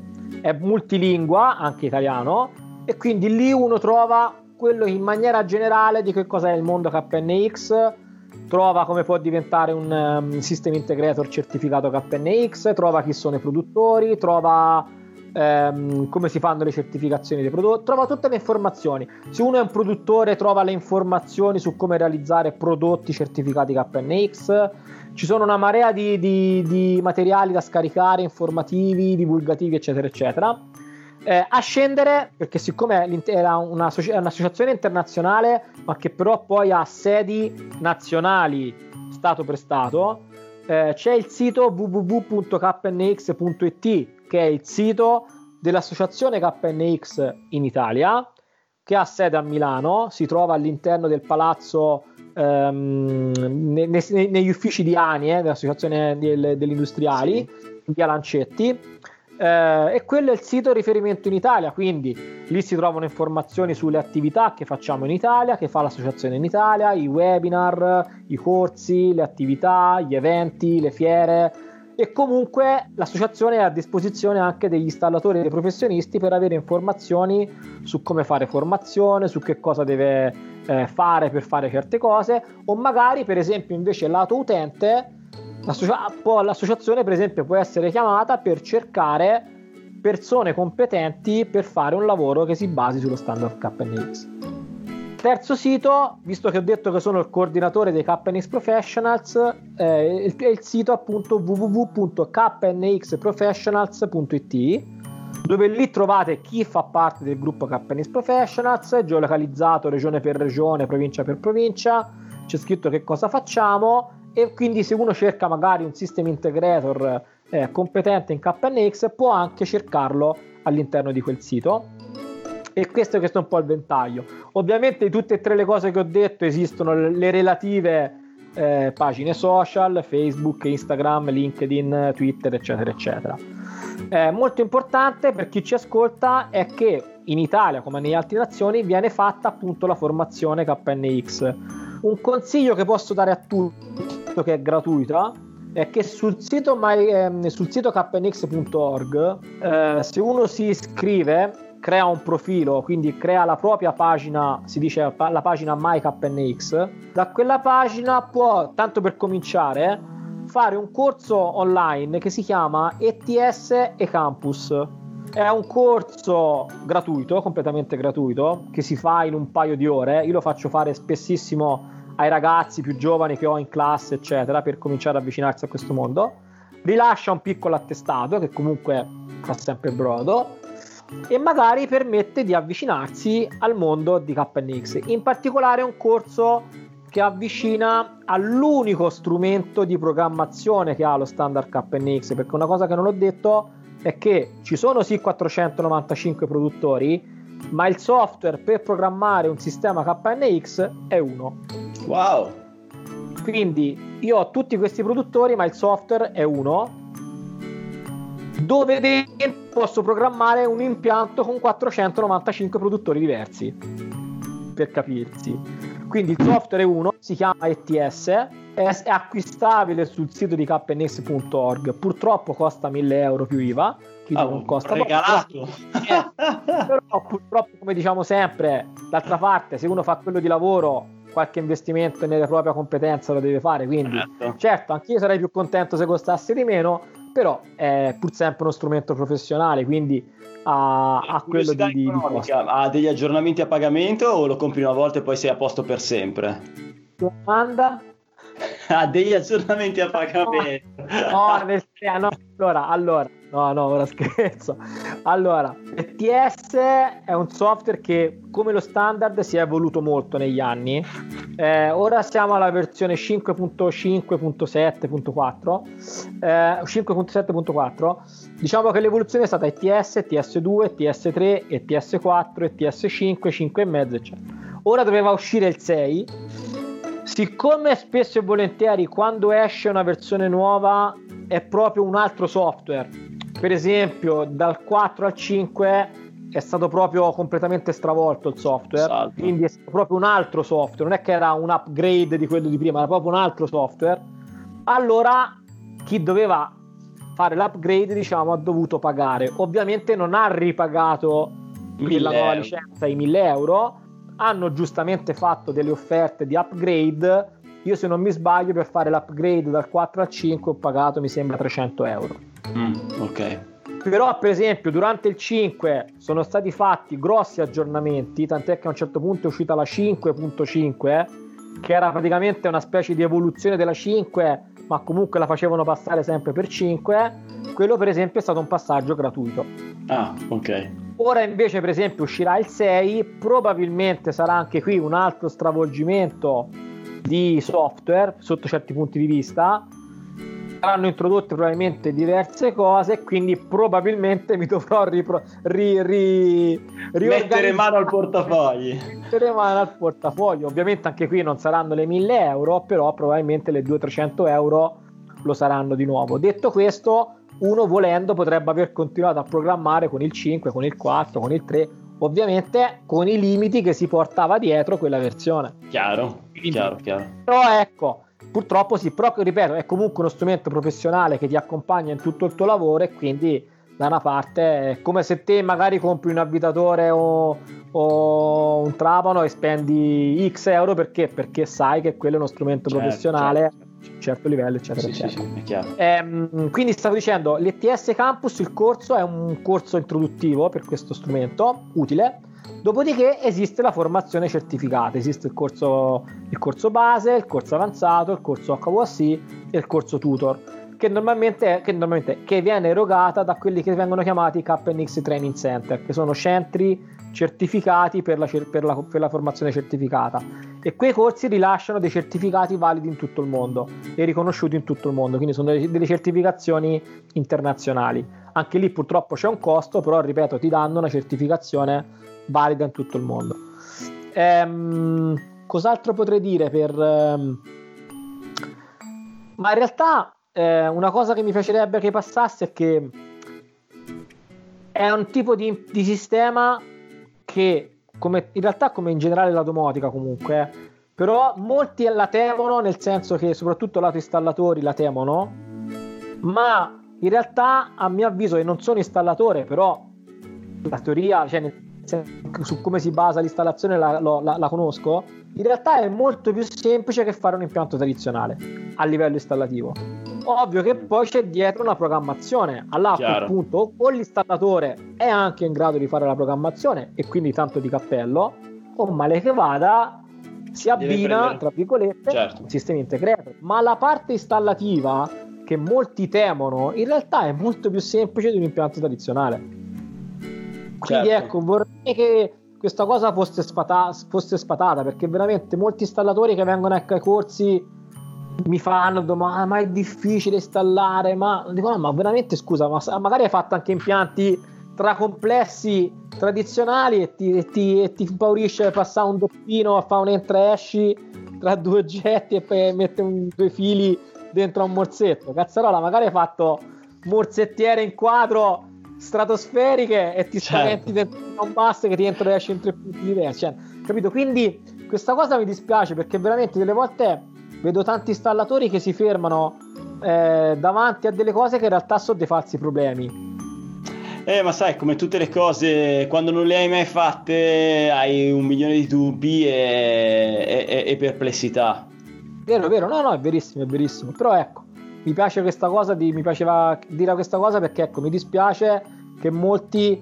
è multilingua, anche italiano, e quindi lì uno trova quello in maniera generale di che cosa è il mondo KNX, trova come può diventare un system integrator certificato KNX, trova chi sono i produttori, trova come si fanno le certificazioni dei prodotti, trova tutte le informazioni. Se uno è un produttore trova le informazioni su come realizzare prodotti certificati KNX. Ci sono una marea di materiali da scaricare, informativi, divulgativi, eccetera eccetera. A scendere, perché siccome era un'associazione internazionale ma che però poi ha sedi nazionali stato per stato, c'è il sito www.knx.it, che è il sito dell'associazione KNX in Italia, che ha sede a Milano, si trova all'interno del palazzo, negli uffici di ANI, dell'associazione degli industriali, sì, via Lancetti, e quello è il sito riferimento in Italia, quindi lì si trovano informazioni sulle attività che facciamo in Italia, che fa l'associazione in Italia, i webinar, i corsi, le attività, gli eventi, le fiere, e comunque l'associazione è a disposizione anche degli installatori e dei professionisti per avere informazioni su come fare formazione, su che cosa deve fare per fare certe cose, o magari per esempio invece lato utente l'associazione per esempio può essere chiamata per cercare persone competenti per fare un lavoro che si basi sullo standard KNX. Terzo sito, visto che ho detto che sono il coordinatore dei KNX Professionals, è il sito appunto www.knxprofessionals.it, dove lì trovate chi fa parte del gruppo KNX Professionals, geolocalizzato regione per regione, provincia per provincia, c'è scritto che cosa facciamo, e quindi se uno cerca magari un system integrator competente in KNX può anche cercarlo all'interno di quel sito. E questo è un po' il ventaglio. Ovviamente di tutte e tre le cose che ho detto esistono le relative pagine social, Facebook, Instagram, LinkedIn, Twitter, eccetera eccetera. Molto importante per chi ci ascolta è che in Italia come nelle altre nazioni viene fatta appunto la formazione KNX. Un consiglio che posso dare a tutti, che è gratuita, è che sul sito knx.org se uno si iscrive, crea un profilo, quindi crea la propria pagina, si dice la pagina MyKNX, da quella pagina può, tanto per cominciare, fare un corso online che si chiama ETS eCampus. È un corso gratuito, completamente gratuito, che si fa in un paio di ore. Io lo faccio fare spessissimo ai ragazzi più giovani che ho in classe, eccetera, per cominciare ad avvicinarsi a questo mondo. Rilascia un piccolo attestato che comunque fa sempre brodo e magari permette di avvicinarsi al mondo di KNX. In particolare è un corso che avvicina all'unico strumento di programmazione che ha lo standard KNX, perché una cosa che non ho detto è che ci sono sì 495 produttori, ma il software per programmare un sistema KNX è uno. Wow! Quindi io ho tutti questi produttori, ma il software è uno, dove dentro posso programmare un impianto con 495 produttori diversi, per capirsi. Quindi il software è uno, si chiama ETS, è acquistabile sul sito di knx.org, purtroppo costa 1.000 euro più IVA, quindi non costa regalato. Però purtroppo, come diciamo sempre, d'altra parte se uno fa quello di lavoro qualche investimento nella propria competenza lo deve fare, quindi certo anche io sarei più contento se costasse di meno, però è pur sempre uno strumento professionale, quindi ha quello di ha degli aggiornamenti a pagamento o lo compri una volta e poi sei a posto per sempre? Domanda? Ha degli aggiornamenti a pagamento? Ora scherzo. Allora, ETS è un software che, come lo standard, si è evoluto molto negli anni. Ora siamo alla versione 5.5.7.4. 5.7.4. Diciamo che l'evoluzione è stata ETS, ETS2, ETS3, ETS4, ETS5, 5,5, eccetera. Ora doveva uscire il 6. Siccome spesso e volentieri quando esce una versione nuova è proprio un altro software, per esempio dal 4 al 5 è stato proprio completamente stravolto il software, quindi è stato proprio un altro software, non è che era un upgrade di quello di prima, era proprio un altro software. Allora chi doveva fare l'upgrade, diciamo, ha dovuto pagare. Ovviamente non ha ripagato per la nuova licenza i 1.000 euro. Hanno giustamente fatto delle offerte di upgrade. Io, se non mi sbaglio, per fare l'upgrade dal 4 al 5 ho pagato, mi sembra, 300 euro. Ok. Però, per esempio, durante il 5 sono stati fatti grossi aggiornamenti, tant'è che a un certo punto è uscita la 5.5, che era praticamente una specie di evoluzione della 5, ma comunque la facevano passare sempre per 5. Quello, per esempio, è stato un passaggio gratuito. Ah, ok. Ora invece, per esempio, uscirà il 6, probabilmente sarà anche qui un altro stravolgimento di software sotto certi punti di vista. Saranno introdotte probabilmente diverse cose, quindi probabilmente mi dovrò mettere mano al portafogli. Mettere mano al portafoglio. Ovviamente anche qui non saranno le 1.000 euro, però probabilmente le 200-300 euro lo saranno di nuovo. Detto questo, uno volendo potrebbe aver continuato a programmare con il 5, con il 4, con il 3, ovviamente con i limiti che si portava dietro quella versione. Chiaro. Però ecco, purtroppo sì, però ripeto, è comunque uno strumento professionale che ti accompagna in tutto il tuo lavoro, e quindi da una parte è come se te magari compri un avvitatore o un trapano e spendi X euro perché sai che quello è uno strumento professionale, un certo livello, eccetera, eccetera. Sì, è chiaro. Quindi stavo dicendo, l'ETS Campus, il corso è un corso introduttivo per questo strumento utile. Dopodiché esiste la formazione certificata, esiste il corso base, il corso avanzato, il corso HVAC e il corso tutor, che normalmente viene erogata da quelli che vengono chiamati KNX Training Center, che sono centri certificati per la formazione certificata, e quei corsi rilasciano dei certificati validi in tutto il mondo e riconosciuti in tutto il mondo, quindi sono delle certificazioni internazionali. Anche lì purtroppo c'è un costo, però ripeto, ti danno una certificazione valida in tutto il mondo. Cos'altro potrei dire ma in realtà una cosa che mi piacerebbe che passasse è che è un tipo di sistema che, come in realtà come in generale la domotica comunque, però molti la temono, nel senso che soprattutto lato installatori la temono, ma in realtà a mio avviso, e non sono installatore, però la teoria, cioè su come si basa l'installazione la conosco, in realtà è molto più semplice che fare un impianto tradizionale a livello installativo. Ovvio che poi c'è dietro una programmazione, allora a quel punto o l'installatore è anche in grado di fare la programmazione, e quindi tanto di cappello, o male che vada si abbina tra virgolette un sistema integrato. Ma la parte installativa, che molti temono, in realtà è molto più semplice di un impianto tradizionale. Quindi ecco, vorrei che questa cosa fosse sfatata, perché veramente molti installatori che vengono ai corsi mi fanno domande: ma è difficile installare? Ma dico, no, ma veramente scusa, ma magari hai fatto anche impianti tra complessi tradizionali e ti impaurisce passare un doppino a fare un entra esci tra due oggetti e poi mettere due fili dentro a un morsetto. Cazzarola, magari hai fatto morsettiere in quadro stratosferiche e ti spaventi dentro un bus che ti entra e esce in tre punti diversi, capito? Quindi questa cosa mi dispiace, perché veramente delle volte vedo tanti installatori che si fermano davanti a delle cose che in realtà sono dei falsi problemi. Ma sai, come tutte le cose, quando non le hai mai fatte hai un milione di dubbi e perplessità. Vero, no, è verissimo, però ecco, mi piace questa cosa, mi piaceva dire questa cosa, perché ecco, mi dispiace che molti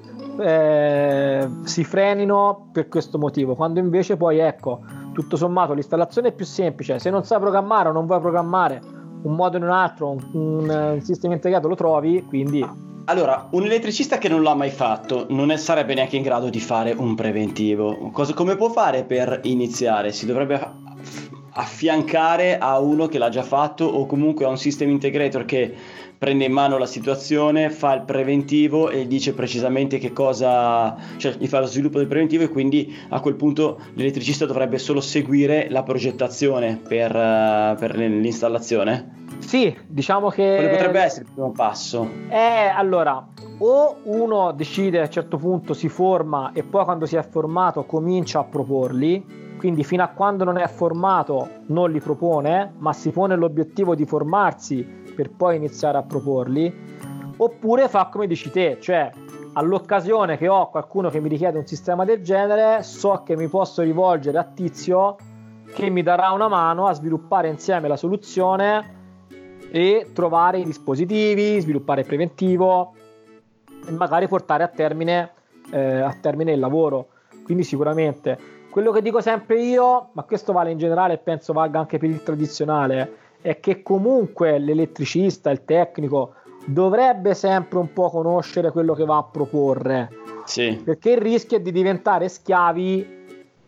si frenino per questo motivo, quando invece poi ecco, tutto sommato l'installazione è più semplice. Se non sai programmare o non vuoi programmare, un modo o un altro, un sistema integrato lo trovi. Quindi allora, un elettricista che non l'ha mai fatto non sarebbe neanche in grado di fare un preventivo. Come può fare per iniziare? Si dovrebbe affiancare a uno che l'ha già fatto, o comunque a un system integrator che prende in mano la situazione, fa il preventivo e dice precisamente che cosa, cioè gli fa lo sviluppo del preventivo, e quindi a quel punto l'elettricista dovrebbe solo seguire la progettazione per l'installazione. Sì, diciamo che quello potrebbe essere il primo passo. Allora, o uno decide a un certo punto, si forma e poi quando si è formato comincia a proporli. Quindi fino a quando non è formato non li propone, ma si pone l'obiettivo di formarsi per poi iniziare a proporli. oppure fa come dici te, cioè all'occasione che ho qualcuno che mi richiede un sistema del genere, so che mi posso rivolgere a Tizio che mi darà una mano a sviluppare insieme la soluzione e trovare i dispositivi, sviluppare il preventivo e magari portare a termine il lavoro. Quindi sicuramente quello che dico sempre io, ma questo vale in generale e penso valga anche per il tradizionale, è che comunque l'elettricista, il tecnico dovrebbe sempre un po' conoscere quello che va a proporre, sì, perché il rischio è di diventare schiavi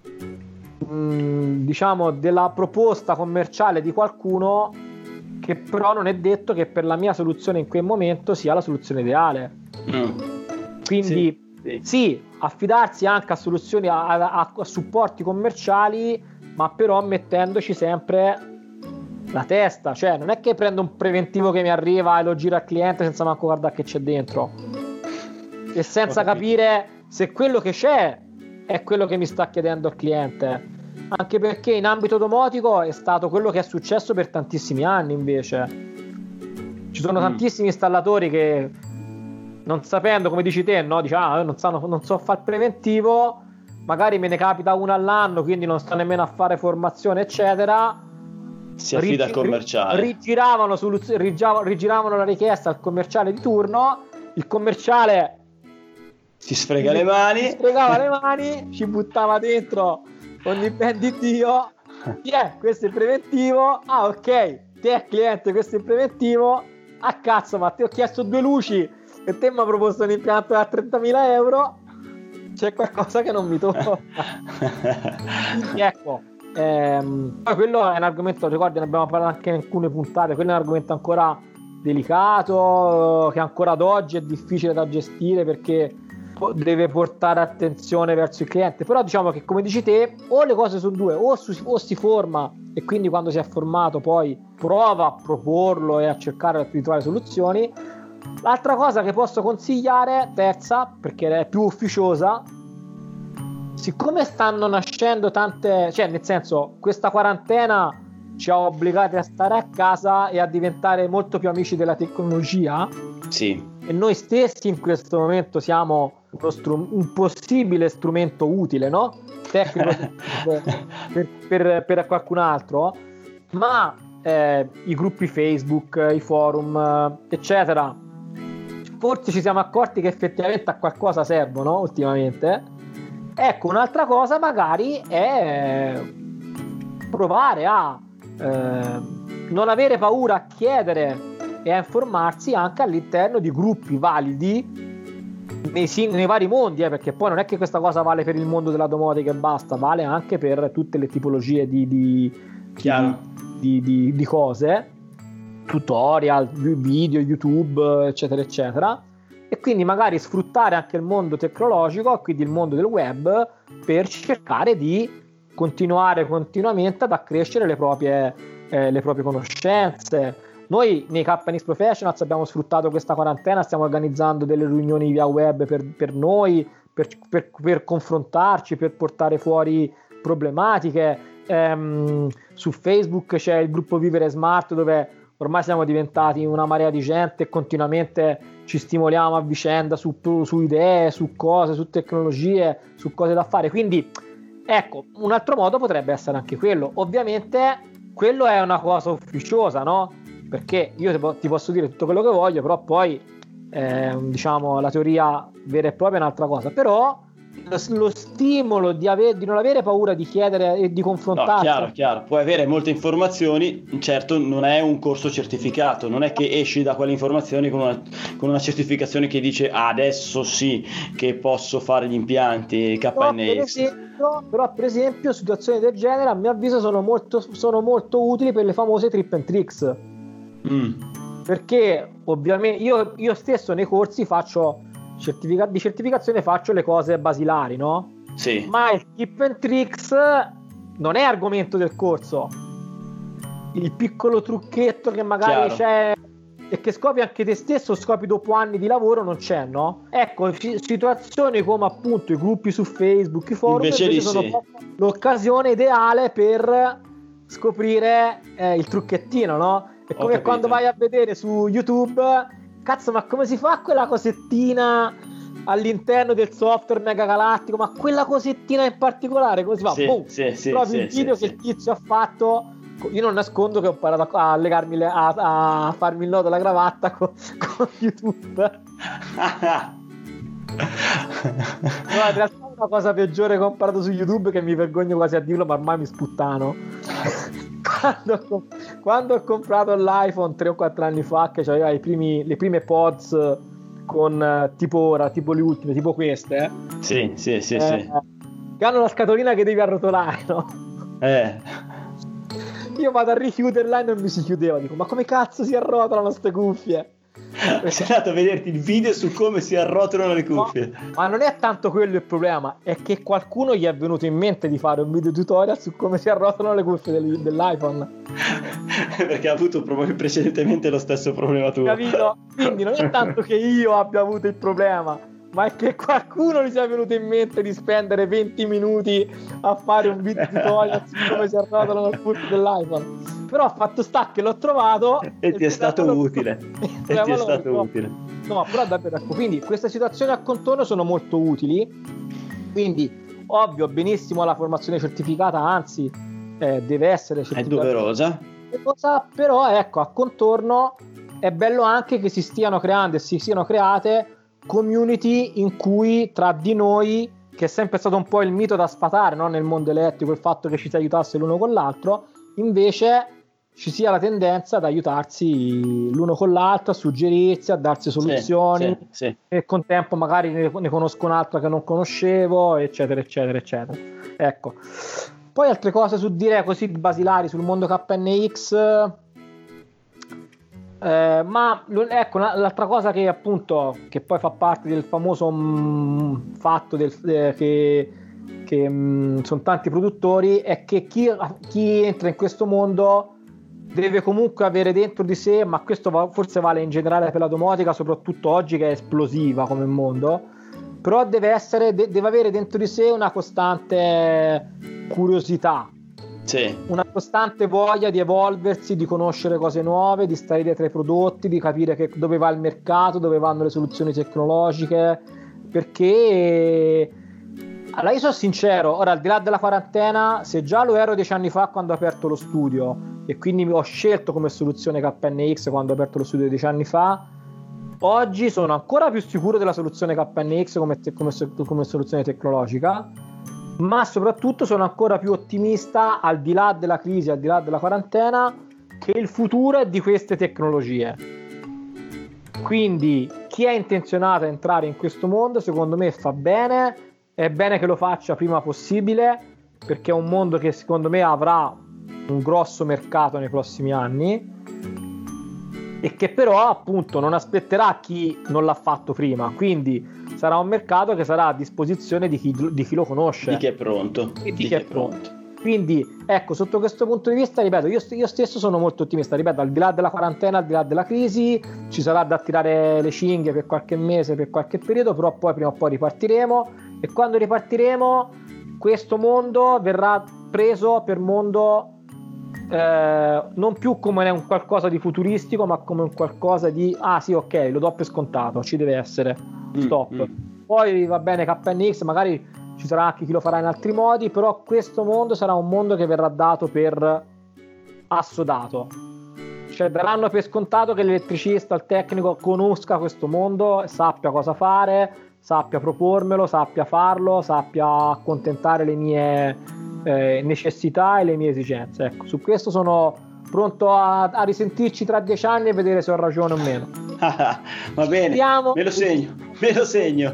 diciamo della proposta commerciale di qualcuno che però non è detto che per la mia soluzione in quel momento sia la soluzione ideale. Quindi sì, affidarsi anche a soluzioni a supporti commerciali, ma però mettendoci sempre la testa, cioè non è che prendo un preventivo che mi arriva e lo giro al cliente senza manco guardare che c'è dentro e senza capire se quello che c'è è quello che mi sta chiedendo il cliente, anche perché in ambito domotico è stato quello che è successo per tantissimi anni. Invece ci sono tantissimi installatori che, non sapendo, come dici te, no, dice non so fare il preventivo, magari me ne capita uno all'anno, quindi non sto nemmeno a fare formazione eccetera, si affida al commerciale, rigiravano la richiesta al commerciale di turno, il commerciale si sfrega le mani, sfregava le mani, ci buttava dentro ogni ben di Dio, questo è il preventivo, ok, te cliente questo è il preventivo, a cazzo, ma ti ho chiesto 2 luci e te mi ha proposto un impianto da 30.000 euro, c'è qualcosa che non mi tocca. Quindi ecco, poi quello è un argomento, ricordi, ne abbiamo parlato anche in alcune puntate, quello è un argomento ancora delicato, che ancora ad oggi è difficile da gestire perché deve portare attenzione verso il cliente, però diciamo che, come dici te, o le cose sono due, o si forma e quindi quando si è formato poi prova a proporlo e a cercare di trovare soluzioni. L'altra cosa che posso consigliare, terza, perché è più ufficiosa, siccome stanno nascendo tante, cioè nel senso, questa quarantena ci ha obbligati a stare a casa e a diventare molto più amici della tecnologia, sì, e noi stessi in questo momento siamo un possibile strumento utile, no? Tecnico per qualcun altro, ma i gruppi Facebook, i forum, eccetera, forse ci siamo accorti che effettivamente a qualcosa servono ultimamente. Ecco, un'altra cosa magari è provare a non avere paura a chiedere e a informarsi anche all'interno di gruppi validi nei vari mondi, perché poi non è che questa cosa vale per il mondo della domotica e basta, vale anche per tutte le tipologie di cose, tutorial, video, YouTube, eccetera eccetera, e quindi magari sfruttare anche il mondo tecnologico, quindi il mondo del web, per cercare di continuamente ad accrescere le proprie conoscenze. Noi nei KNX Professionals abbiamo sfruttato questa quarantena, stiamo organizzando delle riunioni via web per noi, per confrontarci, per portare fuori problematiche. Su Facebook c'è il gruppo Vivere Smart, dove ormai siamo diventati una marea di gente e continuamente ci stimoliamo a vicenda su idee, su cose, su tecnologie, su cose da fare. Quindi ecco, un altro modo potrebbe essere anche quello. Ovviamente quello è una cosa ufficiosa, no? Perché io ti posso dire tutto quello che voglio, però poi diciamo la teoria vera e propria è un'altra cosa. Però lo stimolo di non avere paura di chiedere e di confrontarsi. No, chiaro, puoi avere molte informazioni, certo non è un corso certificato, non è che esci da quelle informazioni con una certificazione che dice adesso sì che posso fare gli impianti KNX. Però per esempio situazioni del genere a mio avviso sono molto utili per le famose trip and tricks. Perché ovviamente io stesso nei corsi faccio di certificazione, faccio le cose basilari, no? Sì. Ma il tip and tricks non è argomento del corso. Il piccolo trucchetto che magari c'è e che scopri anche te stesso, scopri dopo anni di lavoro, non c'è, no? Ecco, situazioni come appunto i gruppi su Facebook, i forum, invece sono l'occasione ideale per scoprire il trucchettino, no? È come quando vai a vedere su YouTube cazzo, ma come si fa quella cosettina all'interno del software mega galattico? Ma quella cosettina in particolare come si fa? Proprio il video che il tizio ha fatto. Io non nascondo che ho imparato a legarmi a farmi il nodo alla cravatta con YouTube. No, in realtà è una cosa peggiore che ho imparato su YouTube, che mi vergogno quasi a dirlo, ma ormai mi sputtano. Quando ho comprato l'iPhone 3 o 4 anni fa, che aveva le prime pods con tipo le ultime, tipo queste, sì. Che hanno la scatolina che devi arrotolare, no? Io vado a richiuderla e non mi si chiudeva. Dico, ma come cazzo si arrotolano ste cuffie? Sei andato a vederti il video su come si arrotolano le cuffie. No, ma non è tanto quello il problema, è che qualcuno gli è venuto in mente di fare un video tutorial su come si arrotolano le cuffie dell'iPhone. Perché ha avuto precedentemente lo stesso problema tuo. Capito? Quindi non è tanto che io abbia avuto il problema, ma è che qualcuno gli sia venuto in mente di spendere 20 minuti a fare un video tutorial su come si arrotolano le cuffie dell'iPhone. Però fatto sta che l'ho trovato e ti è stato utile. Utile. No, però davvero, ecco, quindi queste situazioni a contorno sono molto utili. Quindi ovvio, benissimo la formazione certificata, anzi deve essere certificata, è doverosa. Però ecco, a contorno è bello anche che si stiano creando e si siano create community in cui tra di noi, che è sempre stato un po' il mito da sfatare, no? Nel mondo elettrico, il fatto che ci si aiutasse l'uno con l'altro, invece ci sia la tendenza ad aiutarsi l'uno con l'altro, a suggerirsi, a darsi soluzioni, sì. E nel contempo magari ne conosco un'altra che non conoscevo, eccetera. Ecco. Poi altre cose su dire così basilari sul mondo KNX, ma ecco, l'altra cosa che appunto, che poi fa parte del famoso fatto che sono tanti produttori, è che chi entra in questo mondo deve comunque avere dentro di sé, ma questo forse vale in generale per la domotica, soprattutto oggi che è esplosiva come mondo, però deve avere dentro di sé una costante curiosità, una costante voglia di evolversi, di conoscere cose nuove, di stare dietro ai prodotti, di capire dove va il mercato, dove vanno le soluzioni tecnologiche, perché allora io sono sincero, ora al di là della quarantena, se già lo ero 10 anni fa quando ho aperto lo studio, e quindi ho scelto come soluzione KNX quando ho aperto lo studio 10 anni fa, oggi sono ancora più sicuro della soluzione KNX come soluzione tecnologica, ma soprattutto sono ancora più ottimista, al di là della crisi, al di là della quarantena, che il futuro è di queste tecnologie. Quindi chi è intenzionato a entrare in questo mondo, secondo me fa bene, è bene che lo faccia prima possibile, perché è un mondo che secondo me avrà un grosso mercato nei prossimi anni, e che però appunto non aspetterà chi non l'ha fatto prima, quindi sarà un mercato che sarà a disposizione di chi lo conosce, di chi è pronto, e di chi è pronto. Quindi ecco, sotto questo punto di vista, ripeto, io stesso sono molto ottimista, ripeto, al di là della quarantena, al di là della crisi, ci sarà da tirare le cinghie per qualche mese, per qualche periodo, però poi prima o poi ripartiremo, e quando ripartiremo questo mondo verrà preso per mondo non più come un qualcosa di futuristico, ma come un qualcosa di sì, ok, lo do per scontato, ci deve essere, stop. Poi va bene KNX, magari ci sarà anche chi lo farà in altri modi, però questo mondo sarà un mondo che verrà dato per assodato, cioè daranno per scontato che l'elettricista, il tecnico conosca questo mondo, sappia cosa fare, sappia propormelo, sappia farlo, sappia accontentare le mie necessità e le mie esigenze. Ecco, su questo sono pronto a risentirci tra 10 anni e vedere se ho ragione o meno. Va bene, me lo segno.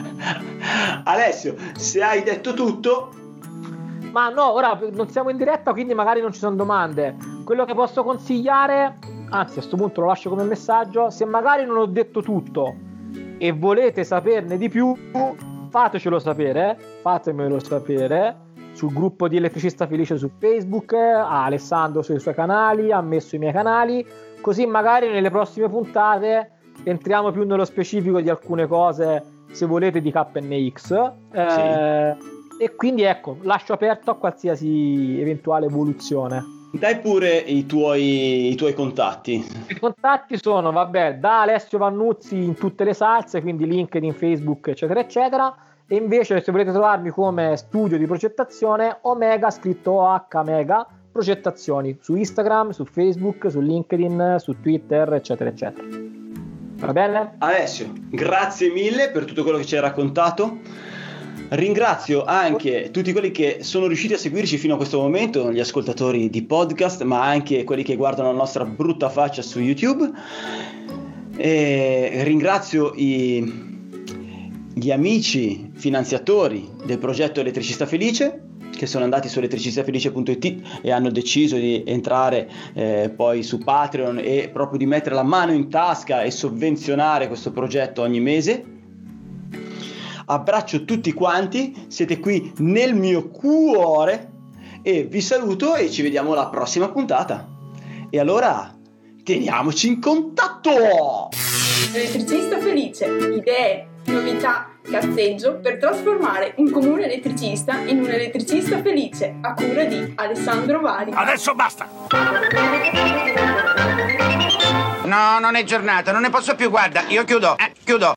Alessio, se hai detto tutto. Ma no, ora non siamo in diretta, quindi magari non ci sono domande. Quello che posso consigliare, anzi a questo punto lo lascio come messaggio, se magari non ho detto tutto e volete saperne di più, fatemelo sapere sul gruppo di Elettricista Felice su Facebook, a Alessandro sui suoi canali, a me sui miei canali, così magari nelle prossime puntate entriamo più nello specifico di alcune cose, se volete, di KNX. E quindi ecco, lascio aperto a qualsiasi eventuale evoluzione. Dai pure i tuoi contatti. I contatti sono, da Alessio Vannuzzi in tutte le salse, quindi LinkedIn, Facebook, eccetera, eccetera. E invece, se volete trovarmi come studio di progettazione, Omega, scritto OH Mega, progettazioni, su Instagram, su Facebook, su LinkedIn, su Twitter, eccetera, eccetera. Va bene? Alessio, grazie mille per tutto quello che ci hai raccontato. Ringrazio anche tutti quelli che sono riusciti a seguirci fino a questo momento, gli ascoltatori di podcast, ma anche quelli che guardano la nostra brutta faccia su YouTube. E ringrazio gli amici finanziatori del progetto Elettricista Felice, che sono andati su elettricistafelice.it e hanno deciso di entrare poi su Patreon e proprio di mettere la mano in tasca e sovvenzionare questo progetto ogni mese. Abbraccio tutti quanti, siete qui nel mio cuore e vi saluto e ci vediamo alla prossima puntata. E allora teniamoci in contatto! Elettricista Felice, idee, novità, cazzeggio per trasformare un comune elettricista in un elettricista felice, a cura di Alessandro Vari. Adesso basta! No, non è giornata, non ne posso più, guarda, io chiudo.